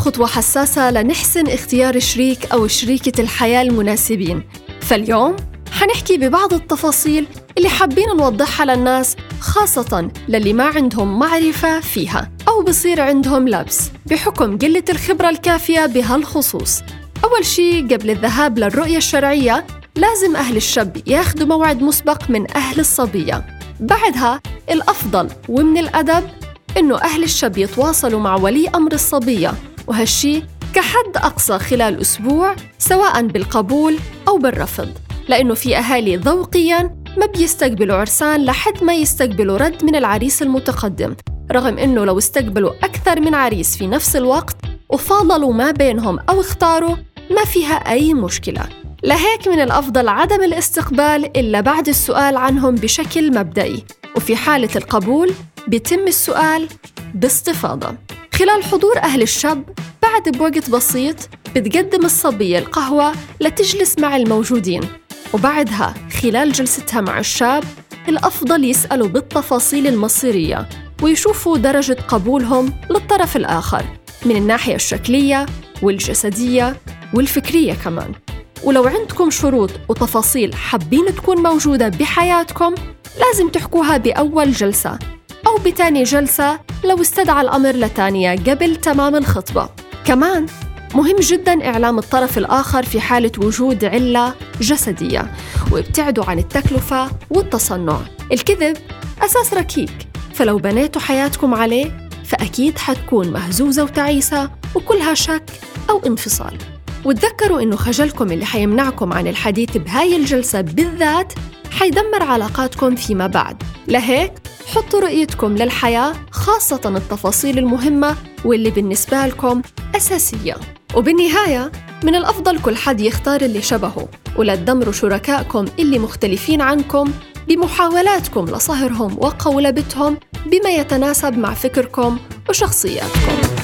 خطوة حساسة لنحسن اختيار شريك أو شريكة الحياة المناسبين. فاليوم حنحكي ببعض التفاصيل اللي حابين نوضحها للناس، خاصة للي ما عندهم معرفة فيها أو بصير عندهم لبس بحكم قلة الخبرة الكافية بهالخصوص. أول شي، قبل الذهاب للرؤية الشرعية لازم أهل الشاب ياخدوا موعد مسبق من أهل الصبية. بعدها الأفضل ومن الأدب إنه أهل الشاب يتواصلوا مع ولي أمر الصبية، وهالشي كحد أقصى خلال أسبوع، سواء بالقبول أو بالرفض، لأنه في أهالي ذوقياً ما بيستقبلوا عرسان لحد ما يستقبلوا رد من العريس المتقدم، رغم إنه لو استقبلوا أكثر من عريس في نفس الوقت وفاضلوا ما بينهم أو اختاروا، ما فيها أي مشكلة. لهيك من الأفضل عدم الاستقبال إلا بعد السؤال عنهم بشكل مبدئي، وفي حالة القبول بيتم السؤال باستفاضة. خلال حضور أهل الشاب بعد بوقت بسيط بتقدم الصبية القهوة لتجلس مع الموجودين، وبعدها خلال جلستها مع الشاب الأفضل يسألوا بالتفاصيل المصيرية ويشوفوا درجة قبولهم للطرف الآخر من الناحية الشكلية والجسدية والفكرية كمان. ولو عندكم شروط وتفاصيل حابين تكون موجودة بحياتكم لازم تحكوها بأول جلسة أو بتاني جلسة لو استدعى الأمر لتانية قبل تمام الخطبة. كمان مهم جداً إعلام الطرف الآخر في حالة وجود علة جسدية، وابتعدوا عن التكلفة والتصنع. الكذب أساس ركيك، فلو بنيتوا حياتكم عليه فأكيد حتكون مهزوزة وتعيسة وكلها شك أو انفصال. وتذكروا إنه خجلكم اللي حيمنعكم عن الحديث بهاي الجلسة بالذات حيدمر علاقاتكم فيما بعد. لهيك حطوا رؤيتكم للحياة، خاصة التفاصيل المهمة واللي بالنسبة لكم أساسية. وبالنهاية من الأفضل كل حد يختار اللي شبهه، ولا تدمروا شركائكم اللي مختلفين عنكم بمحاولاتكم لصهرهم وقولبتهم بما يتناسب مع فكركم وشخصياتكم.